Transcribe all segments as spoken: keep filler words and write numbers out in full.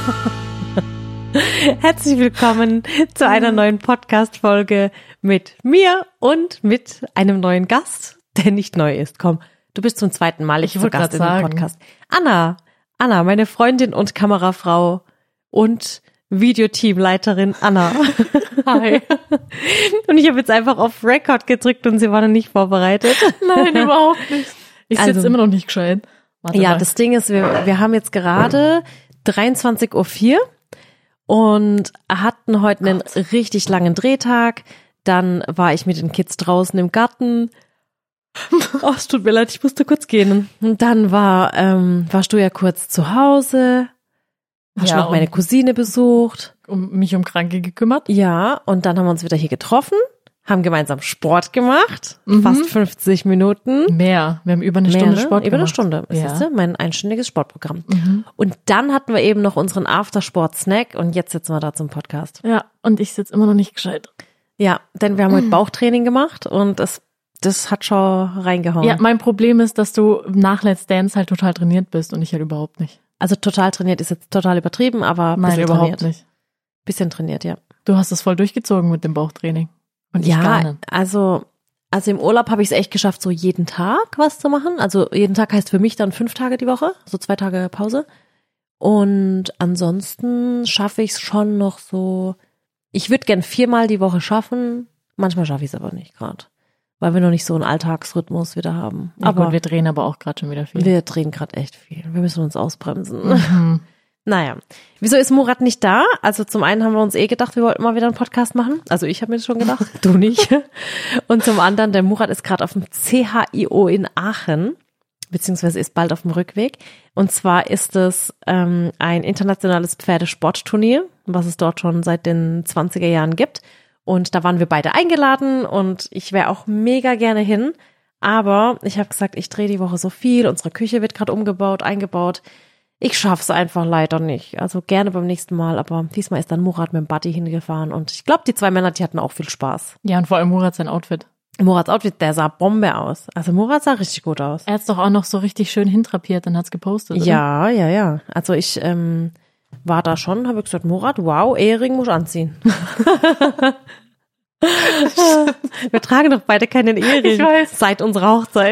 Herzlich willkommen zu einer neuen Podcast-Folge mit mir und mit einem neuen Gast, der nicht neu ist. Komm, du bist zum zweiten Mal ich zu Gast in dem Podcast. Anna, Anna, meine Freundin und Kamerafrau und Videoteamleiterin Anna. Hi. Und ich habe jetzt einfach auf Record gedrückt und sie war noch nicht vorbereitet. Nein, überhaupt nicht. Ich sitze also, immer noch nicht gescheit. Warte ja, mal. Das Ding ist, wir, wir haben jetzt gerade dreiundzwanzig Uhr vier und hatten heute einen Gott. richtig langen Drehtag. Dann war ich mit den Kids draußen im Garten. Oh, es tut mir leid, ich musste kurz gehen. Und dann war, ähm, warst du ja kurz zu Hause, hast ja, noch meine Cousine besucht. Um mich um Kranke gekümmert. Ja, und dann haben wir uns wieder hier getroffen, haben gemeinsam Sport gemacht, Mhm. fast fünfzig Minuten. Mehr, wir haben über eine Mehr, Stunde ne? Sport Über gemacht. eine Stunde, Ja. siehst du, mein einstündiges Sportprogramm. Mhm. Und dann hatten wir eben noch unseren Aftersport-Snack und jetzt sitzen wir da zum Podcast. Ja, und ich sitze immer noch nicht gescheit. Ja, denn wir haben heute Bauchtraining gemacht und das, das hat schon reingehauen. Ja, mein Problem ist, dass du nach Let's Dance halt total trainiert bist und ich halt überhaupt nicht. Also total trainiert ist jetzt total übertrieben, aber ein Nein, bisschen überhaupt trainiert. nicht. Bisschen trainiert, ja. Du hast es voll durchgezogen mit dem Bauchtraining. Und ich gar Ja, nicht. also, also im Urlaub habe ich es echt geschafft, so jeden Tag was zu machen. Also jeden Tag heißt für mich dann fünf Tage die Woche, so zwei Tage Pause. Und ansonsten schaffe ich es schon noch so, ich würde gern viermal die Woche schaffen, manchmal schaffe ich es aber nicht gerade, weil wir noch nicht so einen Alltagsrhythmus wieder haben. Ja, aber gut, wir drehen aber auch gerade schon wieder viel. wir drehen gerade echt viel. Wir müssen uns ausbremsen. Mhm. Naja, wieso ist Murat nicht da? Also zum einen haben wir uns eh gedacht, wir wollten mal wieder einen Podcast machen. Also ich habe mir das schon gedacht, du nicht. Und zum anderen, der Murat ist gerade auf dem C H I O in Aachen, beziehungsweise ist bald auf dem Rückweg. Und zwar ist es ähm, ein internationales Pferdesportturnier, was es dort schon seit den zwanziger Jahren gibt. Und da waren wir beide eingeladen und ich wäre auch mega gerne hin. Aber ich habe gesagt, ich drehe die Woche so viel, unsere Küche wird gerade umgebaut, eingebaut. Ich schaff's einfach leider nicht. Also gerne beim nächsten Mal, aber diesmal ist dann Murat mit dem Buddy hingefahren und ich glaube, die zwei Männer, die hatten auch viel Spaß. Ja, und vor allem Murat sein Outfit. Murats Outfit, der sah Bombe aus. Also Murat sah richtig gut aus. Er hat's doch auch noch so richtig schön hintrapiert und hat's gepostet, oder? Ja, ja, ja. Also ich ähm, war da schon, habe gesagt, Murat, wow, Ehering muss anziehen. Wir tragen doch beide keinen Ehering Ich weiß. seit unserer Hochzeit.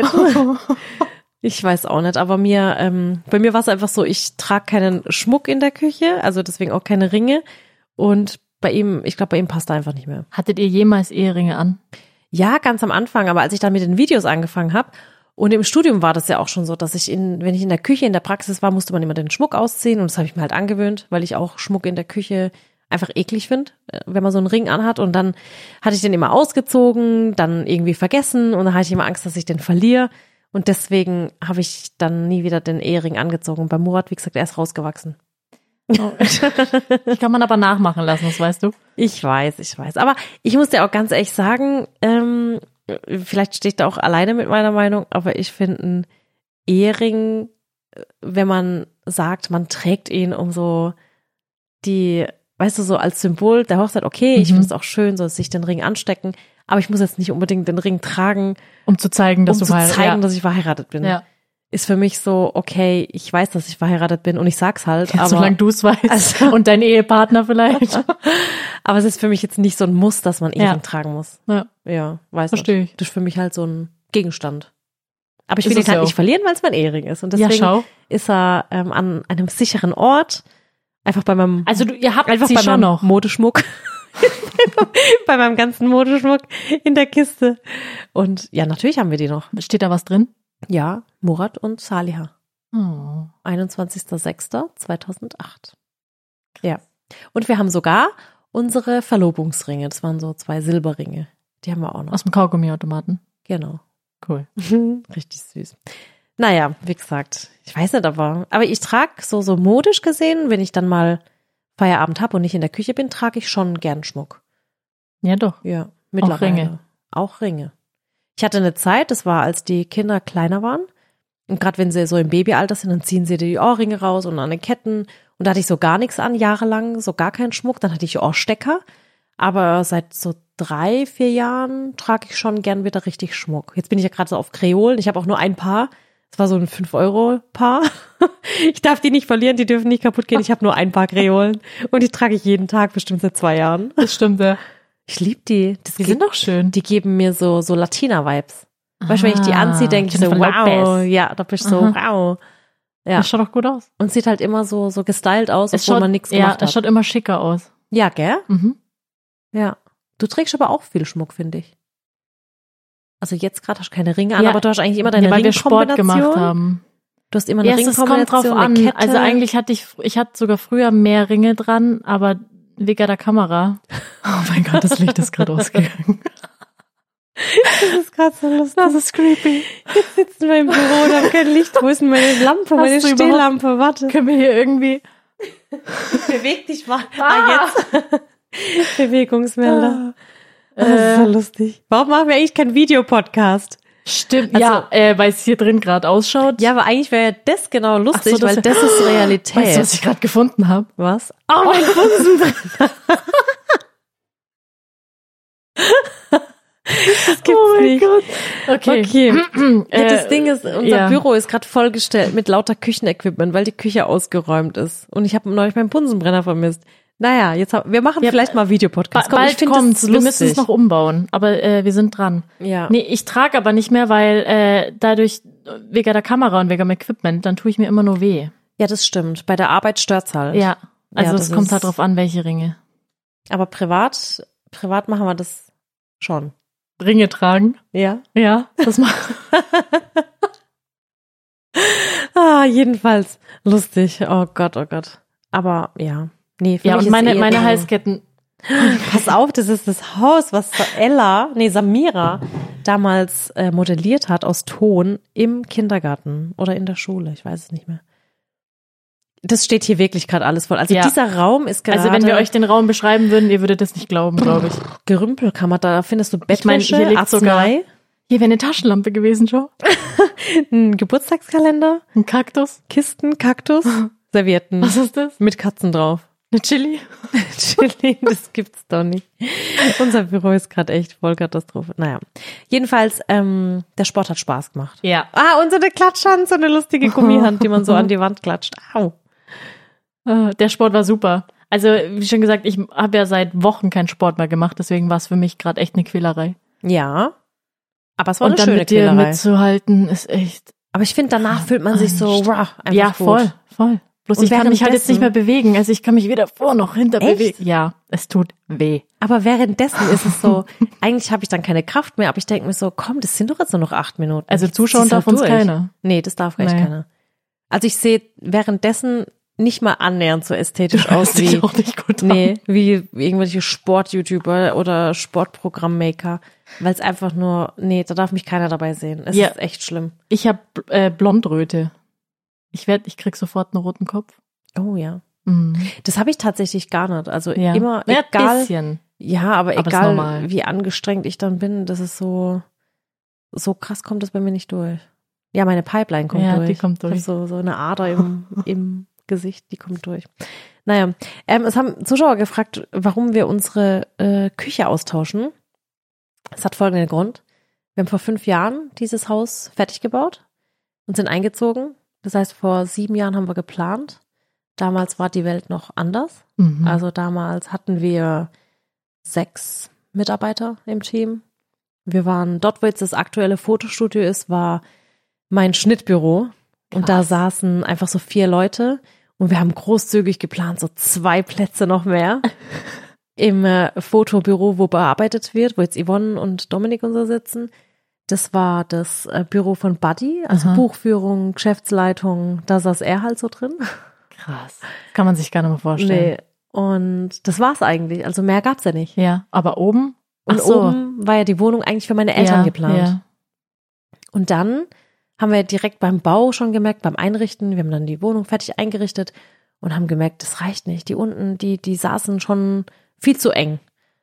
Ich weiß auch nicht, aber mir, ähm, bei mir war es einfach so, ich trage keinen Schmuck in der Küche, also deswegen auch keine Ringe. Und bei ihm, ich glaube, bei ihm passt er einfach nicht mehr. Hattet ihr jemals Eheringe an? Ja, ganz am Anfang, aber als ich dann mit den Videos angefangen habe und im Studium war das ja auch schon so, dass ich, in, wenn ich in der Küche, in der Praxis war, musste man immer den Schmuck ausziehen und das habe ich mir halt angewöhnt, weil ich auch Schmuck in der Küche einfach eklig finde, wenn man so einen Ring anhat und dann hatte ich den immer ausgezogen, dann irgendwie vergessen und dann hatte ich immer Angst, dass ich den verliere. Und deswegen habe ich dann nie wieder den Ehering angezogen. Und bei Murat, wie gesagt, er ist rausgewachsen. Oh. Ich kann man aber nachmachen lassen, das weißt du. Ich weiß, ich weiß. Aber ich muss dir auch ganz ehrlich sagen, ähm, vielleicht stehe ich da auch alleine mit meiner Meinung, aber ich finde einen Ehering, wenn man sagt, man trägt ihn um so die, weißt du, so als Symbol der Hochzeit, okay, ich Mhm. finde es auch schön, so sich den Ring anstecken, aber ich muss jetzt nicht unbedingt den Ring tragen, Um zu zeigen, dass um du zu verheiratet zeigen, ja. dass ich verheiratet bin. Ja. Ist für mich so, okay, ich weiß, dass ich verheiratet bin und ich sag's halt, Ja, aber, solange du es weißt Also- und dein Ehepartner vielleicht. aber es ist für mich jetzt nicht so ein Muss, dass man Ehering Ja. tragen muss. Ja, Ja, weiß verstehe nicht. ich. Das ist für mich halt so ein Gegenstand. Aber ich Ist will ihn es halt ja nicht auch. verlieren, weil es mein Ehering ist. Und Ja, deswegen schau. ist er ähm, an einem sicheren Ort, einfach bei meinem, Also du, ihr habt einfach sie bei schon meinem noch. Modeschmuck. Bei meinem ganzen Modeschmuck in der Kiste. Und ja, natürlich haben wir die noch. Steht da was drin? Ja, Murat und Saliha. Oh. einundzwanzigster sechster zweitausendacht. Ja. Und wir haben sogar unsere Verlobungsringe. Das waren so zwei Silberringe. Die haben wir auch noch. Aus dem Kaugummiautomaten. Genau. Cool. Richtig süß. Naja, wie gesagt, ich weiß nicht, aber, aber ich trage so, so modisch gesehen, wenn ich dann mal Feierabend habe und nicht in der Küche bin, trage ich schon gern Schmuck. Ja, doch. Ja, mittlerweile. Ringe. Auch Ringe. Ich hatte eine Zeit, das war, als die Kinder kleiner waren. Und gerade wenn sie so im Babyalter sind, dann ziehen sie die Ohrringe raus und an den Ketten. Und da hatte ich so gar nichts an, jahrelang, so gar keinen Schmuck. Dann hatte ich Ohrstecker. Aber seit so drei, vier Jahren trage ich schon gern wieder richtig Schmuck. Jetzt bin ich ja gerade so auf Kreolen. Ich habe auch nur ein Paar. Das war so ein fünf Euro Paar. Ich darf die nicht verlieren, die dürfen nicht kaputt gehen. Ich habe nur ein paar Kreolen und die trage ich jeden Tag, bestimmt seit zwei Jahren. Das stimmt, ja. Ich liebe die. Das Die geht, sind doch schön. die geben mir so, so Latina-Vibes. Weißt du, wenn ich die anziehe, denke ich so, Jennifer wow. Lopez. Ja, da bist du so, wow. Ja. Das schaut doch gut aus. Und sieht halt immer so, so gestylt aus, Es obwohl schaut, man nichts ja, gemacht es hat. schaut immer schicker aus. Ja, gell? Mhm. Ja. Du trägst aber auch viel Schmuck, finde ich. Also jetzt gerade hast du keine Ringe an, Ja. aber du hast eigentlich immer deine Ja, weil wir Sport Ringkombination. gemacht haben. Du hast immer eine Ja, es kommt Ringkombination, drauf eine an. Kette. Also eigentlich hatte ich, ich hatte sogar früher mehr Ringe dran, aber wegen der Kamera. Oh mein Gott, das Licht ist gerade ausgegangen. Das ist gerade so lustig. Das ist creepy. Jetzt sitzen wir im Büro und haben kein Licht. Wo ist denn meine Lampe, meine Hast du Stehlampe? Warte. Können wir hier irgendwie... Beweg dich mal. Ah. Ah, jetzt. Bewegungsmelder. Das ist Äh, so lustig. Warum machen wir eigentlich keinen Videopodcast? Stimmt, Also- ja, äh, weil es hier drin gerade ausschaut. Ja, aber eigentlich wäre ja das genau lustig, Ach so, das weil wär- das ist Realität. Weißt du, was ich gerade gefunden habe? Was? Oh, mein Bunsenbrenner. Das gibt's Oh mein nicht. Gott. Okay. Okay. Ja, das Äh, Ding ist, unser ja. Büro ist gerade vollgestellt mit lauter Küchenequipment, weil die Küche ausgeräumt ist. Und ich habe neulich meinen Bunsenbrenner vermisst. Naja, jetzt haben, wir machen Ja, vielleicht mal Videopodcast. Ba Komm, ich bald find kommt's. das Wir müssen es lustig. noch umbauen, aber äh, wir sind dran. Ja. Nee, ich trage aber nicht mehr, weil äh, dadurch, wegen der Kamera und wegen dem Equipment, dann tue ich mir immer nur weh. Ja, das stimmt. Bei der Arbeit stört's halt. Ja, also Ja, es das kommt ist- halt drauf an, welche Ringe. Aber privat, privat machen wir das schon. Ringe tragen? Ja. Ja, das macht. Ah, jedenfalls lustig. Oh Gott, oh Gott. Aber ja. Nee, für Ja, mich und ist meine, eher meine der- Halsketten. Pass auf, das ist das Haus, was Ella, nee, Samira damals äh, modelliert hat aus Ton im Kindergarten oder in der Schule, ich weiß es nicht mehr. Das steht hier wirklich gerade alles voll. Also Ja. dieser Raum ist gerade Also wenn wir euch den Raum beschreiben würden, ihr würdet das nicht glauben, glaube ich. Gerümpelkammer, da findest du Ich Bettwäsche, meine, hier liegt sogar Arznei, hier wäre eine Taschenlampe gewesen schon. ein Geburtstagskalender, Ein Kaktus. Kisten, Kaktus, Servietten Was ist das? mit Katzen drauf. Eine Chili? Chili, das gibt's doch nicht. Unser Büro ist gerade echt voll Katastrophe. Naja, jedenfalls, ähm, der Sport hat Spaß gemacht. Ja. Ah, und so eine Klatschhand, so eine lustige Gummihand, die man so an die Wand klatscht. Au. Äh, Der Sport war super. Also, wie schon gesagt, ich habe ja seit Wochen keinen Sport mehr gemacht, deswegen war es für mich gerade echt eine Quälerei. Ja, aber es war Und eine dann schöne mit dir Quälerei. mitzuhalten, ist echt. Aber ich finde, danach fühlt man sich so, wow, einfach Ja, gut. voll, voll. Bloß Und ich kann mich halt jetzt nicht mehr währenddessen- bewegen. Also ich kann mich weder vor noch hinter Echt? bewegen. Ja, es tut weh. Aber währenddessen ist es so, eigentlich habe ich dann keine Kraft mehr, aber ich denke mir so, komm, das sind doch jetzt nur noch acht Minuten. Also Ich zuschauen zieh's darf halt uns durch. keiner. Nee, das darf echt Nee. keiner. Also ich sehe währenddessen nicht mal annähernd so ästhetisch aus Hört sich wie, auch nicht gut an. nee, wie irgendwelche Sport-YouTuber oder Sportprogramm-Maker. Weil es einfach nur, nee, da darf mich keiner dabei sehen. Es Ja. ist echt schlimm. Ich habe äh, Blondröte. Ich werd, ich krieg sofort einen roten Kopf. Oh ja. Mhm. Das habe ich tatsächlich gar nicht. Also Ja. immer, Ja, egal. bisschen. Ja, aber, Aber ist egal, normal. wie angestrengt ich dann bin, das ist so, so krass kommt das bei mir nicht durch. Ja, meine Pipeline kommt Ja, durch. die kommt Ich hab durch. so, so eine Ader im, im Gesicht, die kommt durch. Naja, ähm, es haben Zuschauer gefragt, warum wir unsere äh, Küche austauschen. Es hat folgenden Grund. Wir haben vor fünf Jahren dieses Haus fertig gebaut und sind eingezogen. Das heißt, vor sieben Jahren haben wir geplant. Damals war die Welt noch anders. Mhm. Also damals hatten wir sechs Mitarbeiter im Team. Wir waren dort, wo jetzt das aktuelle Fotostudio ist, war mein Schnittbüro. Und da Krass. saßen einfach so vier Leute. Und wir haben großzügig geplant, so zwei Plätze noch mehr im äh, Fotobüro, wo bearbeitet wird, wo jetzt Yvonne und Dominik und so sitzen. Das war das äh, Büro von Buddy, also Aha. Buchführung, Geschäftsleitung, da saß er halt so drin. Krass. Kann man sich gar nicht mehr vorstellen. Nee. Und das war's eigentlich. Also mehr gab's ja nicht. Ja, aber oben? Und Ach so. oben war ja die Wohnung eigentlich für meine Eltern ja, geplant. Ja. Und dann haben wir direkt beim Bau schon gemerkt, beim Einrichten, wir haben dann die Wohnung fertig eingerichtet und haben gemerkt, das reicht nicht. Die unten, die, die saßen schon viel zu eng.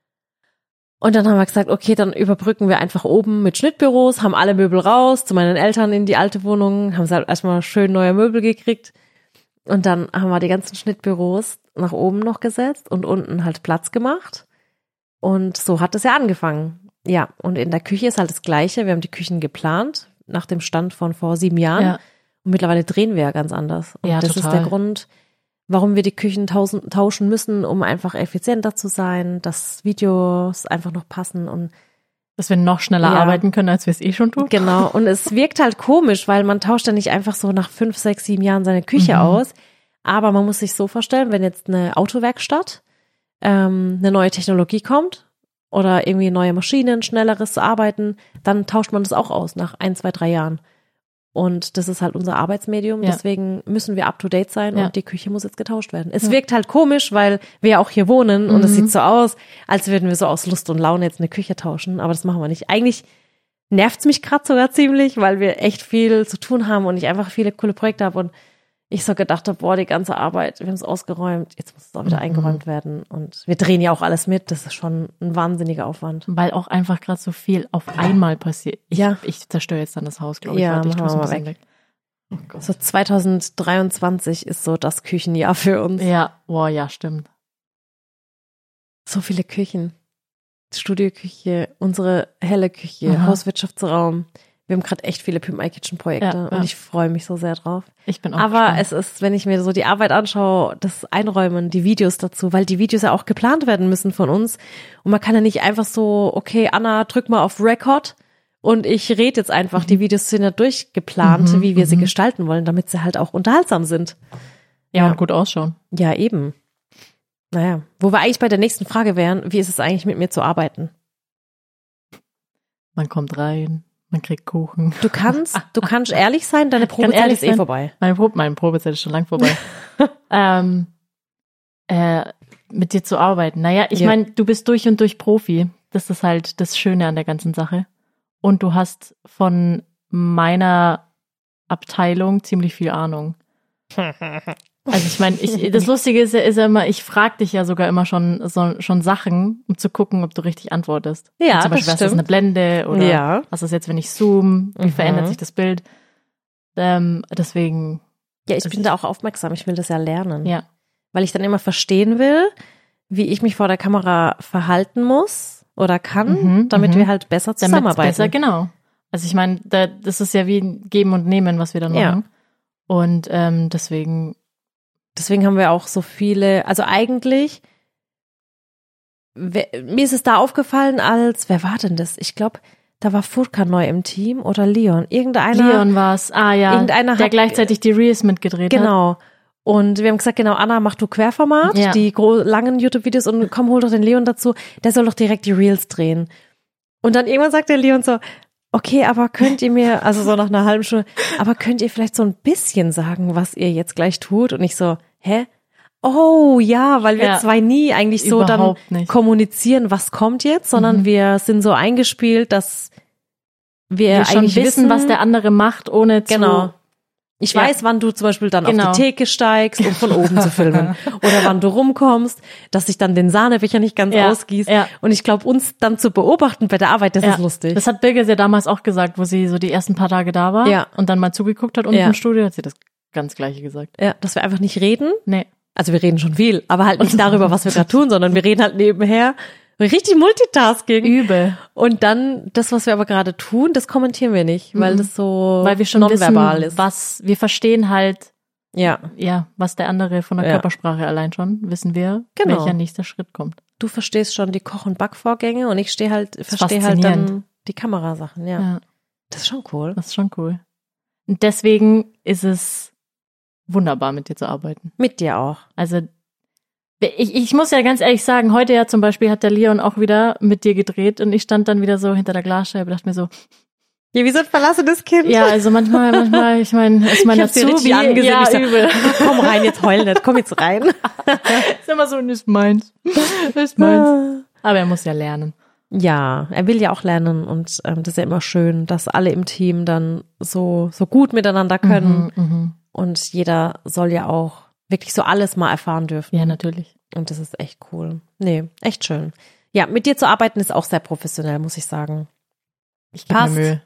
Und dann haben wir gesagt, okay, dann überbrücken wir einfach oben mit Schnittbüros, haben alle Möbel raus, zu meinen Eltern in die alte Wohnung, haben sie halt erstmal schön neue Möbel gekriegt. Und dann haben wir die ganzen Schnittbüros nach oben noch gesetzt und unten halt Platz gemacht. Und so hat es ja angefangen. Ja, und in der Küche ist halt das Gleiche. Wir haben die Küchen geplant, nach dem Stand von vor sieben Jahren. Ja. Und mittlerweile drehen wir ja ganz anders. Und Ja, das total. ist der Grund, warum wir die Küchen tauschen, tauschen müssen, um einfach effizienter zu sein, dass Videos einfach noch passen und Dass wir noch schneller Ja. arbeiten können, als wir es eh schon tun. genau. Und es wirkt halt komisch, weil man tauscht ja nicht einfach so nach fünf, sechs, sieben Jahren seine Küche Mhm. aus. Aber man muss sich so vorstellen, wenn jetzt eine Autowerkstatt ähm, eine neue Technologie kommt oder irgendwie neue Maschinen, schnelleres Arbeiten, dann tauscht man das auch aus nach ein, zwei, drei Jahren. Und das ist halt unser Arbeitsmedium, Ja. deswegen müssen wir up-to-date sein Ja. und die Küche muss jetzt getauscht werden. Es wirkt halt komisch, weil wir ja auch hier wohnen und es Mhm. sieht so aus, als würden wir so aus Lust und Laune jetzt eine Küche tauschen, aber das machen wir nicht. Eigentlich nervt's mich gerade sogar ziemlich, weil wir echt viel zu tun haben und ich einfach viele coole Projekte habe und ich so gedacht habe, boah, die ganze Arbeit, wir haben es ausgeräumt, jetzt muss es auch wieder Mhm. eingeräumt werden und wir drehen ja auch alles mit, das ist schon ein wahnsinniger Aufwand. Weil auch einfach gerade so viel auf einmal passiert. Ich, Ja. ich zerstöre jetzt dann das Haus, glaube ich. Ja, Warte, ich machen tue es wir ein mal bisschen weg. Oh Gott. So zwanzig dreiundzwanzig ist so das Küchenjahr für uns. Ja, boah, ja, stimmt. So viele Küchen. Studioküche, unsere helle Küche, Aha. Hauswirtschaftsraum. Wir haben gerade echt viele Pimp My Kitchen Projekte Ja, und ja. ich freue mich so sehr drauf. Ich bin auch Aber gespannt. es ist, wenn ich mir so die Arbeit anschaue, das Einräumen, die Videos dazu, weil die Videos ja auch geplant werden müssen von uns. Und man kann ja nicht einfach so, okay, Anna, drück mal auf Record und ich rede jetzt einfach. Die Videos sind ja durchgeplant, Mhm, wie wir sie mhm. gestalten wollen, damit sie halt auch unterhaltsam sind. ja, ja. und gut ausschauen. Ja, eben. Naja, wo wir eigentlich bei der nächsten Frage wären, wie ist es eigentlich mit mir zu arbeiten? Man kommt rein, man kriegt Kuchen. Du kannst, du kannst ehrlich sein, deine kann Probezeit ehrlich ist eh sein. vorbei. Meine, Probe, meine Probezeit ist schon lang vorbei. ähm, äh, mit dir zu arbeiten. Naja, ich Ja. meine, du bist durch und durch Profi. Das ist halt das Schöne an der ganzen Sache. Und du hast von meiner Abteilung ziemlich viel Ahnung. Also ich meine, ich, das Lustige ist ja, ist ja immer, ich frage dich ja sogar immer schon so, schon Sachen, um zu gucken, ob du richtig antwortest. Ja, Zum Beispiel, das was ist stimmt. eine Blende oder Ja. was ist jetzt, wenn ich zoome, wie Mhm. verändert sich das Bild. Ähm, deswegen, Ja, ich Also bin ich- da auch aufmerksam. Ich will das ja lernen. ja. Weil ich dann immer verstehen will, wie ich mich vor der Kamera verhalten muss oder kann, Mhm, damit mhm. wir halt besser Damit zusammenarbeiten. besser, genau. Also ich meine, da, das ist ja wie ein Geben und Nehmen, was wir dann Ja. machen. Und ähm, deswegen, Deswegen haben wir auch so viele, also eigentlich, wer, mir ist es da aufgefallen als, wer war denn das? Ich glaube, da war Furkan neu im Team oder Leon. Irgendeiner. Leon war es, ah ja, Irgendeiner der hat- gleichzeitig die Reels mitgedreht hat. Genau. Und wir haben gesagt, genau, Anna, mach du Querformat, Ja. die gro- langen YouTube-Videos und komm, hol doch den Leon dazu, der soll doch direkt die Reels drehen. Und dann irgendwann sagt der Leon so, okay, aber könnt ihr mir, also so nach einer halben Stunde, aber könnt ihr vielleicht so ein bisschen sagen, was ihr jetzt gleich tut? Und ich so, hä? Oh ja, weil wir Ja. zwei nie eigentlich so Überhaupt dann nicht. kommunizieren, was kommt jetzt, sondern Mhm. wir sind so eingespielt, dass wir, Wir schon eigentlich wissen, was der andere macht, ohne zu... Genau. Ich Ja. weiß, wann du zum Beispiel dann Genau. auf die Theke steigst, um von oben zu filmen. Oder wann du rumkommst, dass sich dann den Sahnebecher nicht ganz Ja, ausgießt. ja. Und ich glaube, uns dann zu beobachten bei der Arbeit, das Ja, ist lustig. Das hat Birgit ja damals auch gesagt, wo sie so die ersten paar Tage da war Ja. und dann mal zugeguckt hat unten Ja. im Studio, hat sie das ganz Gleiche gesagt. ja, dass wir einfach nicht reden. Nee. Also wir reden schon viel, aber halt nicht darüber, was wir gerade tun, sondern wir reden halt nebenher. Richtig Multitasking. Übel. Und dann das, was wir aber gerade tun, das kommentieren wir nicht, weil das so Weil wir schon nonverbal wissen, ist. was, wir verstehen halt, Ja, ja, was der andere von der Ja. Körpersprache allein schon, wissen wir, Genau. welcher nächster Schritt kommt. du verstehst schon die Koch- und Backvorgänge und ich stehe halt, verstehe halt faszinierend. dann die Kamerasachen, ja. Ja, Das ist schon cool. das ist schon cool. Und deswegen ist es wunderbar, mit dir zu arbeiten. Mit dir auch. Also, ich, ich muss ja ganz ehrlich sagen, heute ja zum Beispiel hat der Leon auch wieder mit dir gedreht und ich stand dann wieder so hinter der Glasscheibe und dachte mir so, Ja, wie so ein verlassenes Kind. ja, also manchmal, manchmal, ich meine, ist mein Ich hab's dir Azubi, richtig angesehen. ja, Ich so, übel. Komm rein, jetzt heul nicht. Komm jetzt rein. Ist immer so, ist meins. Ist meins. Aber er muss ja lernen. Ja, er will ja auch lernen und ähm, das ist ja immer schön, dass alle im Team dann so, so gut miteinander können Mhm, mhm. und jeder soll ja auch wirklich so alles mal erfahren dürfen. Ja, natürlich. Und das ist echt cool. Nee, echt schön. Ja, mit dir zu arbeiten ist auch sehr professionell, muss ich sagen. Ich gebe mir Passt. Mühe.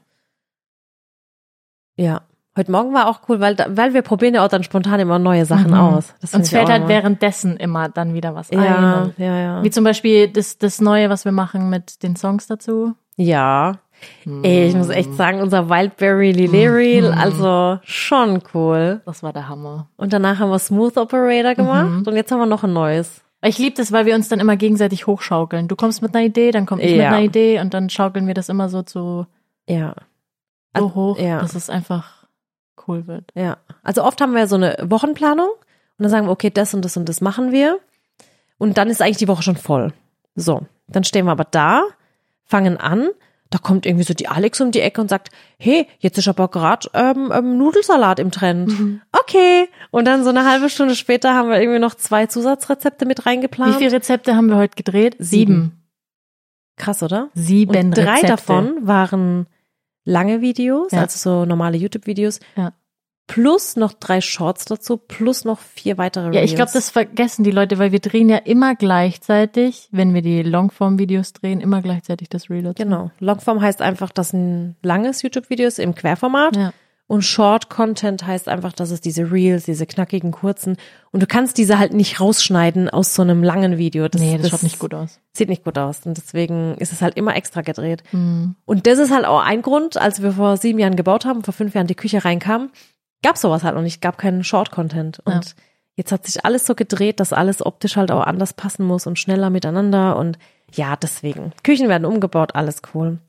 Ja. Heute Morgen war auch cool, weil, da- weil wir probieren ja auch dann spontan immer neue Sachen Mhm. aus. Das Uns finde ich fällt auch halt immer- währenddessen immer dann wieder was ein. Ja, Und ja, ja. wie zum Beispiel das, das Neue, was wir machen mit den Songs dazu. Ja. Ey, ich muss echt sagen, unser Wildberry Liliri, Mhm. also schon cool. Das war der Hammer. Und danach haben wir Smooth Operator gemacht Mhm. und jetzt haben wir noch ein neues. Ich liebe das, weil wir uns dann immer gegenseitig hochschaukeln. Du kommst mit einer Idee, dann komme ich mit Ja. einer Idee und dann schaukeln wir das immer so zu Ja, so Also, hoch, ja. dass es einfach cool wird. ja. Also oft haben wir so eine Wochenplanung und dann sagen wir, okay, das und das und das machen wir. Und dann ist eigentlich die Woche schon voll. So, dann stehen wir aber da, fangen an. Da kommt irgendwie so die Alex um die Ecke und sagt, hey, jetzt ist aber gerade ähm, ähm, Nudelsalat im Trend. Mhm. Okay. Und dann so eine halbe Stunde später haben wir irgendwie noch zwei Zusatzrezepte mit reingeplant. Wie viele Rezepte haben wir heute gedreht? Sieben. Krass, oder? Sieben Und drei Rezepte. davon waren lange Videos, Ja. also so normale YouTube-Videos. Ja. Plus noch drei Shorts dazu, plus noch vier weitere Reels. Ja, ich glaube, das vergessen die Leute, weil wir drehen ja immer gleichzeitig, wenn wir die Longform-Videos drehen, immer gleichzeitig das Reel dazu. Genau. Longform heißt einfach, dass ein langes YouTube-Video ist im Querformat. Ja. Und Short-Content heißt einfach, dass es diese Reels, diese knackigen, kurzen. Und du kannst diese halt nicht rausschneiden aus so einem langen Video. Das, Nee, das, schaut nicht gut aus. Sieht nicht gut aus. Und deswegen ist es halt immer extra gedreht. Mhm. Und das ist halt auch ein Grund, als wir vor sieben Jahren gebaut haben, vor fünf Jahren die Küche reinkam, gab sowas halt noch nicht, gab keinen Short-Content. Und Ja. jetzt hat sich alles so gedreht, dass alles optisch halt auch anders passen muss und schneller miteinander. Und ja, deswegen. Küchen werden umgebaut, alles cool.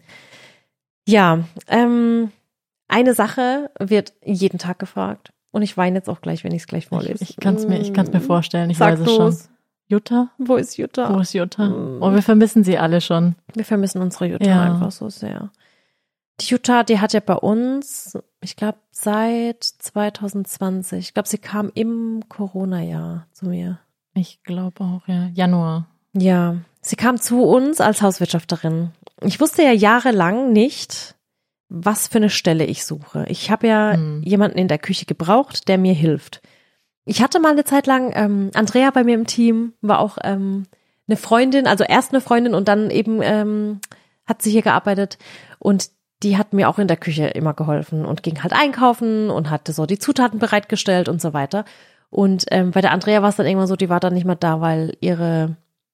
Ja, ähm, eine Sache wird jeden Tag gefragt. Und ich weine jetzt auch gleich, wenn ich es gleich vorlese. Ich, ich kann es mir, ich kann's mir vorstellen, ich Sag weiß es schon. du's. Jutta? Wo ist Jutta? Wo ist Jutta? Mm. Oh, wir vermissen sie alle schon. Wir vermissen unsere Jutta Ja. einfach so sehr. Die Jutta, die hat ja bei uns, ich glaube, seit zwanzig zwanzig, ich glaube, sie kam im Corona-Jahr zu mir. Ich glaube auch, ja. Januar. Ja, sie kam zu uns als Hauswirtschafterin. Ich wusste ja jahrelang nicht, was für eine Stelle ich suche. Ich habe ja Hm. jemanden in der Küche gebraucht, der mir hilft. Ich hatte mal eine Zeit lang, ähm, Andrea bei mir im Team, war auch ähm, eine Freundin, also erst eine Freundin und dann eben ähm, hat sie hier gearbeitet und die hat mir auch in der Küche immer geholfen und ging halt einkaufen und hatte so die Zutaten bereitgestellt und so weiter. Und ähm, bei der Andrea war es dann irgendwann so, die war dann nicht mehr da, weil ihre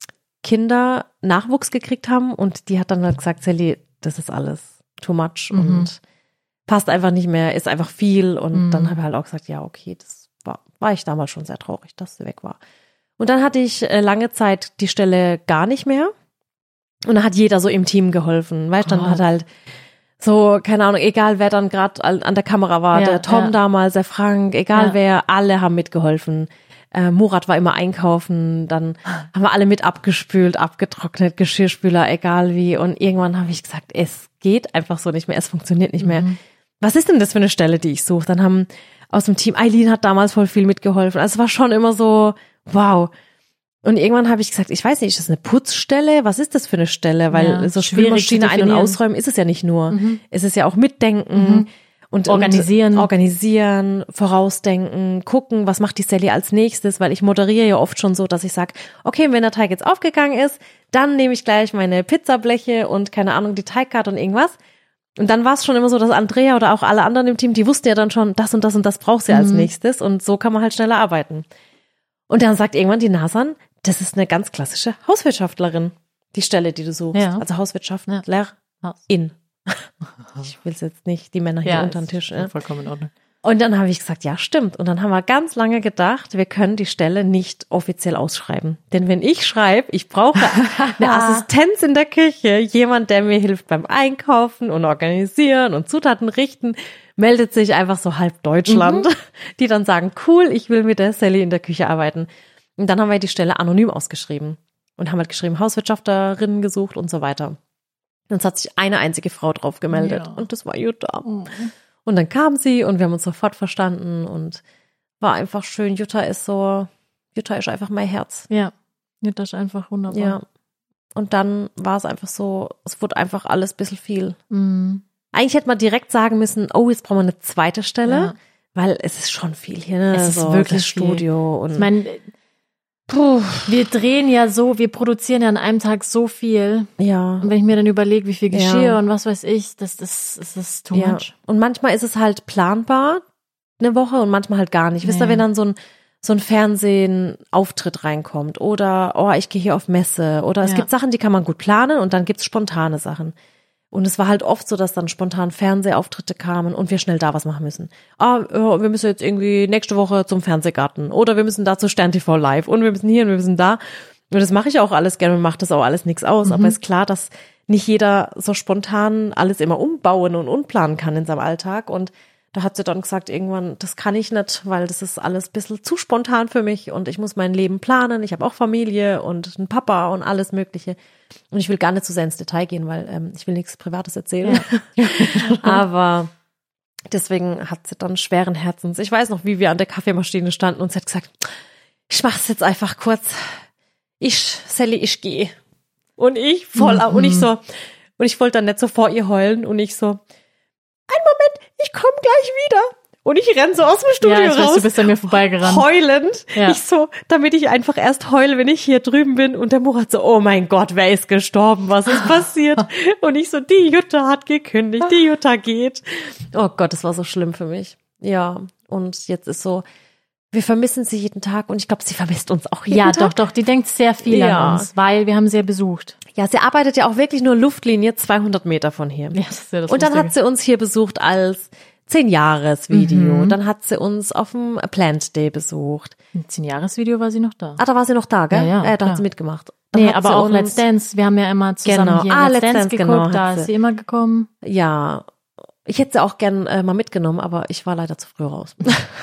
Kinder Nachwuchs gekriegt haben und die hat dann halt gesagt, Sally, das ist alles too much Mhm. und passt einfach nicht mehr, ist einfach viel. Und Mhm. dann habe ich halt auch gesagt, ja, okay, das war, war ich damals schon sehr traurig, dass sie weg war. Und dann hatte ich äh, lange Zeit die Stelle gar nicht mehr. Und dann hat jeder so im Team geholfen. Weißt du, dann Gott. hat halt so, keine Ahnung, egal wer dann gerade an der Kamera war, Ja, der Tom ja. damals, der Frank, egal Ja. wer, alle haben mitgeholfen. Äh, Murat war immer einkaufen, dann haben wir alle mit abgespült, abgetrocknet, Geschirrspüler, egal wie. Und irgendwann habe ich gesagt, es geht einfach so nicht mehr, es funktioniert nicht mehr. Mhm. Was ist denn das für eine Stelle, die ich suche? Dann haben aus dem Team, Eileen hat damals voll viel mitgeholfen. Also es war schon immer so, wow. Und irgendwann habe ich gesagt, ich weiß nicht, ist das eine Putzstelle? Was ist das für eine Stelle? Weil Ja, so schwierig Spülmaschine zu ein- und definieren. ausräumen ist es ja nicht nur. Mhm. Es ist ja auch mitdenken Mhm. und Organisieren. und organisieren, vorausdenken, gucken, was macht die Sally als nächstes, weil ich moderiere ja oft schon so, dass ich sage, okay, wenn der Teig jetzt aufgegangen ist, dann nehme ich gleich meine Pizzableche und keine Ahnung, die Teigkarte und irgendwas. Und dann war es schon immer so, dass Andrea oder auch alle anderen im Team, die wussten ja dann schon, das und das und das braucht sie als Mhm. nächstes und so kann man halt schneller arbeiten. Und dann sagt irgendwann die Nasan, das ist eine ganz klassische Hauswirtschaftlerin, die Stelle, die du suchst. Ja. Also Hauswirtschaftlerin. Haus. Ich will es jetzt nicht, die Männer hier Ja, unter den ist Tisch. Ne? vollkommen in Ordnung. Und dann habe ich gesagt, ja, stimmt. Und dann haben wir ganz lange gedacht, wir können die Stelle nicht offiziell ausschreiben. Denn wenn ich schreibe, ich brauche eine Assistenz in der Küche, jemand, der mir hilft beim Einkaufen und Organisieren und Zutaten richten, meldet sich einfach so halb Deutschland, die dann sagen, cool, ich will mit der Sally in der Küche arbeiten. Und dann haben wir die Stelle anonym ausgeschrieben und haben halt geschrieben, Hauswirtschafterinnen gesucht und so weiter. Und es hat sich eine einzige Frau drauf gemeldet Ja. und das war Jutta. Mhm. Und dann kam sie und wir haben uns sofort verstanden und war einfach schön. Jutta ist so, Jutta ist einfach mein Herz. Ja, ja, das ist einfach wunderbar. Ja. Und dann war es einfach so, es wurde einfach alles ein bisschen viel. Mhm. Eigentlich hätte man direkt sagen müssen, oh, jetzt brauchen wir eine zweite Stelle, Ja. weil es ist schon viel hier, ne? Es ist so, wirklich das Studio und Ich meine, puh, wir drehen ja so, wir produzieren ja an einem Tag so viel. ja. Und wenn ich mir dann überlege, wie viel Geschirr Ja. und was weiß ich, das, das, das ist too Ja. much. Und manchmal ist es halt planbar, eine Woche, und manchmal halt gar nicht. Wisst ihr, Nee. wenn dann so ein, so ein Fernsehen-Auftritt reinkommt oder, oh, ich gehe hier auf Messe oder es Ja. gibt Sachen, die kann man gut planen und dann gibt's spontane Sachen. Und es war halt oft so, dass dann spontan Fernsehauftritte kamen und wir schnell da was machen müssen. Ah, ja, wir müssen jetzt irgendwie nächste Woche zum Fernsehgarten oder wir müssen da zu Stern T V live und wir müssen hier und wir müssen da. Und das mache ich auch alles gerne und macht das auch alles nichts aus. Mhm. Aber ist klar, dass nicht jeder so spontan alles immer umbauen und umplanen kann in seinem Alltag. Und da hat sie dann gesagt, irgendwann, das kann ich nicht, weil das ist alles ein bisschen zu spontan für mich und ich muss mein Leben planen. Ich habe auch Familie und einen Papa und alles Mögliche. Und ich will gar nicht zu sehr ins Detail gehen, weil ähm, ich will nichts Privates erzählen. Ja. Aber deswegen hat sie dann schweren Herzens. Ich weiß noch, wie wir an der Kaffeemaschine standen und sie hat gesagt, ich mach's jetzt einfach kurz. Ich, Sally, ich gehe. Und ich voll, mhm. und ich so, und ich wollte dann nicht so vor ihr heulen und ich so, ein Moment, ich komme gleich wieder. Und ich renn so aus dem Studio ja, ich raus. Weiß, du bist an mir vorbeigerannt. Heulend. Ja. Ich so, damit ich einfach erst heule, wenn ich hier drüben bin. Und der Murat so, oh mein Gott, wer ist gestorben? Was ist passiert? Und ich so, die Jutta hat gekündigt, die Jutta geht. Oh Gott, das war so schlimm für mich. Ja, und jetzt ist so, wir vermissen sie jeden Tag und ich glaube, sie vermisst uns auch jeden ja, Tag. Ja, doch, doch, die denkt sehr viel ja. an uns, weil wir haben sie ja besucht. Ja, sie arbeitet ja auch wirklich nur Luftlinie zweihundert Meter von hier. Ja, das ist ja das und dann Lustige. hat sie uns hier besucht als Zehn-Jahres-Video. Mhm. Dann hat sie uns auf dem Plant Day besucht. Im Zehn-Jahres-Video war sie noch da. Ah, da war sie noch da, gell? Ja, ja, äh, da klar. hat sie mitgemacht. Dann nee, hat aber sie auch uns, Let's Dance. Wir haben ja immer zusammen genau. hier ah, Let's, Let's Dance Dance geguckt. Genau, da ist sie immer gekommen. Ja, ich hätte sie auch gern äh, mal mitgenommen, aber ich war leider zu früh raus.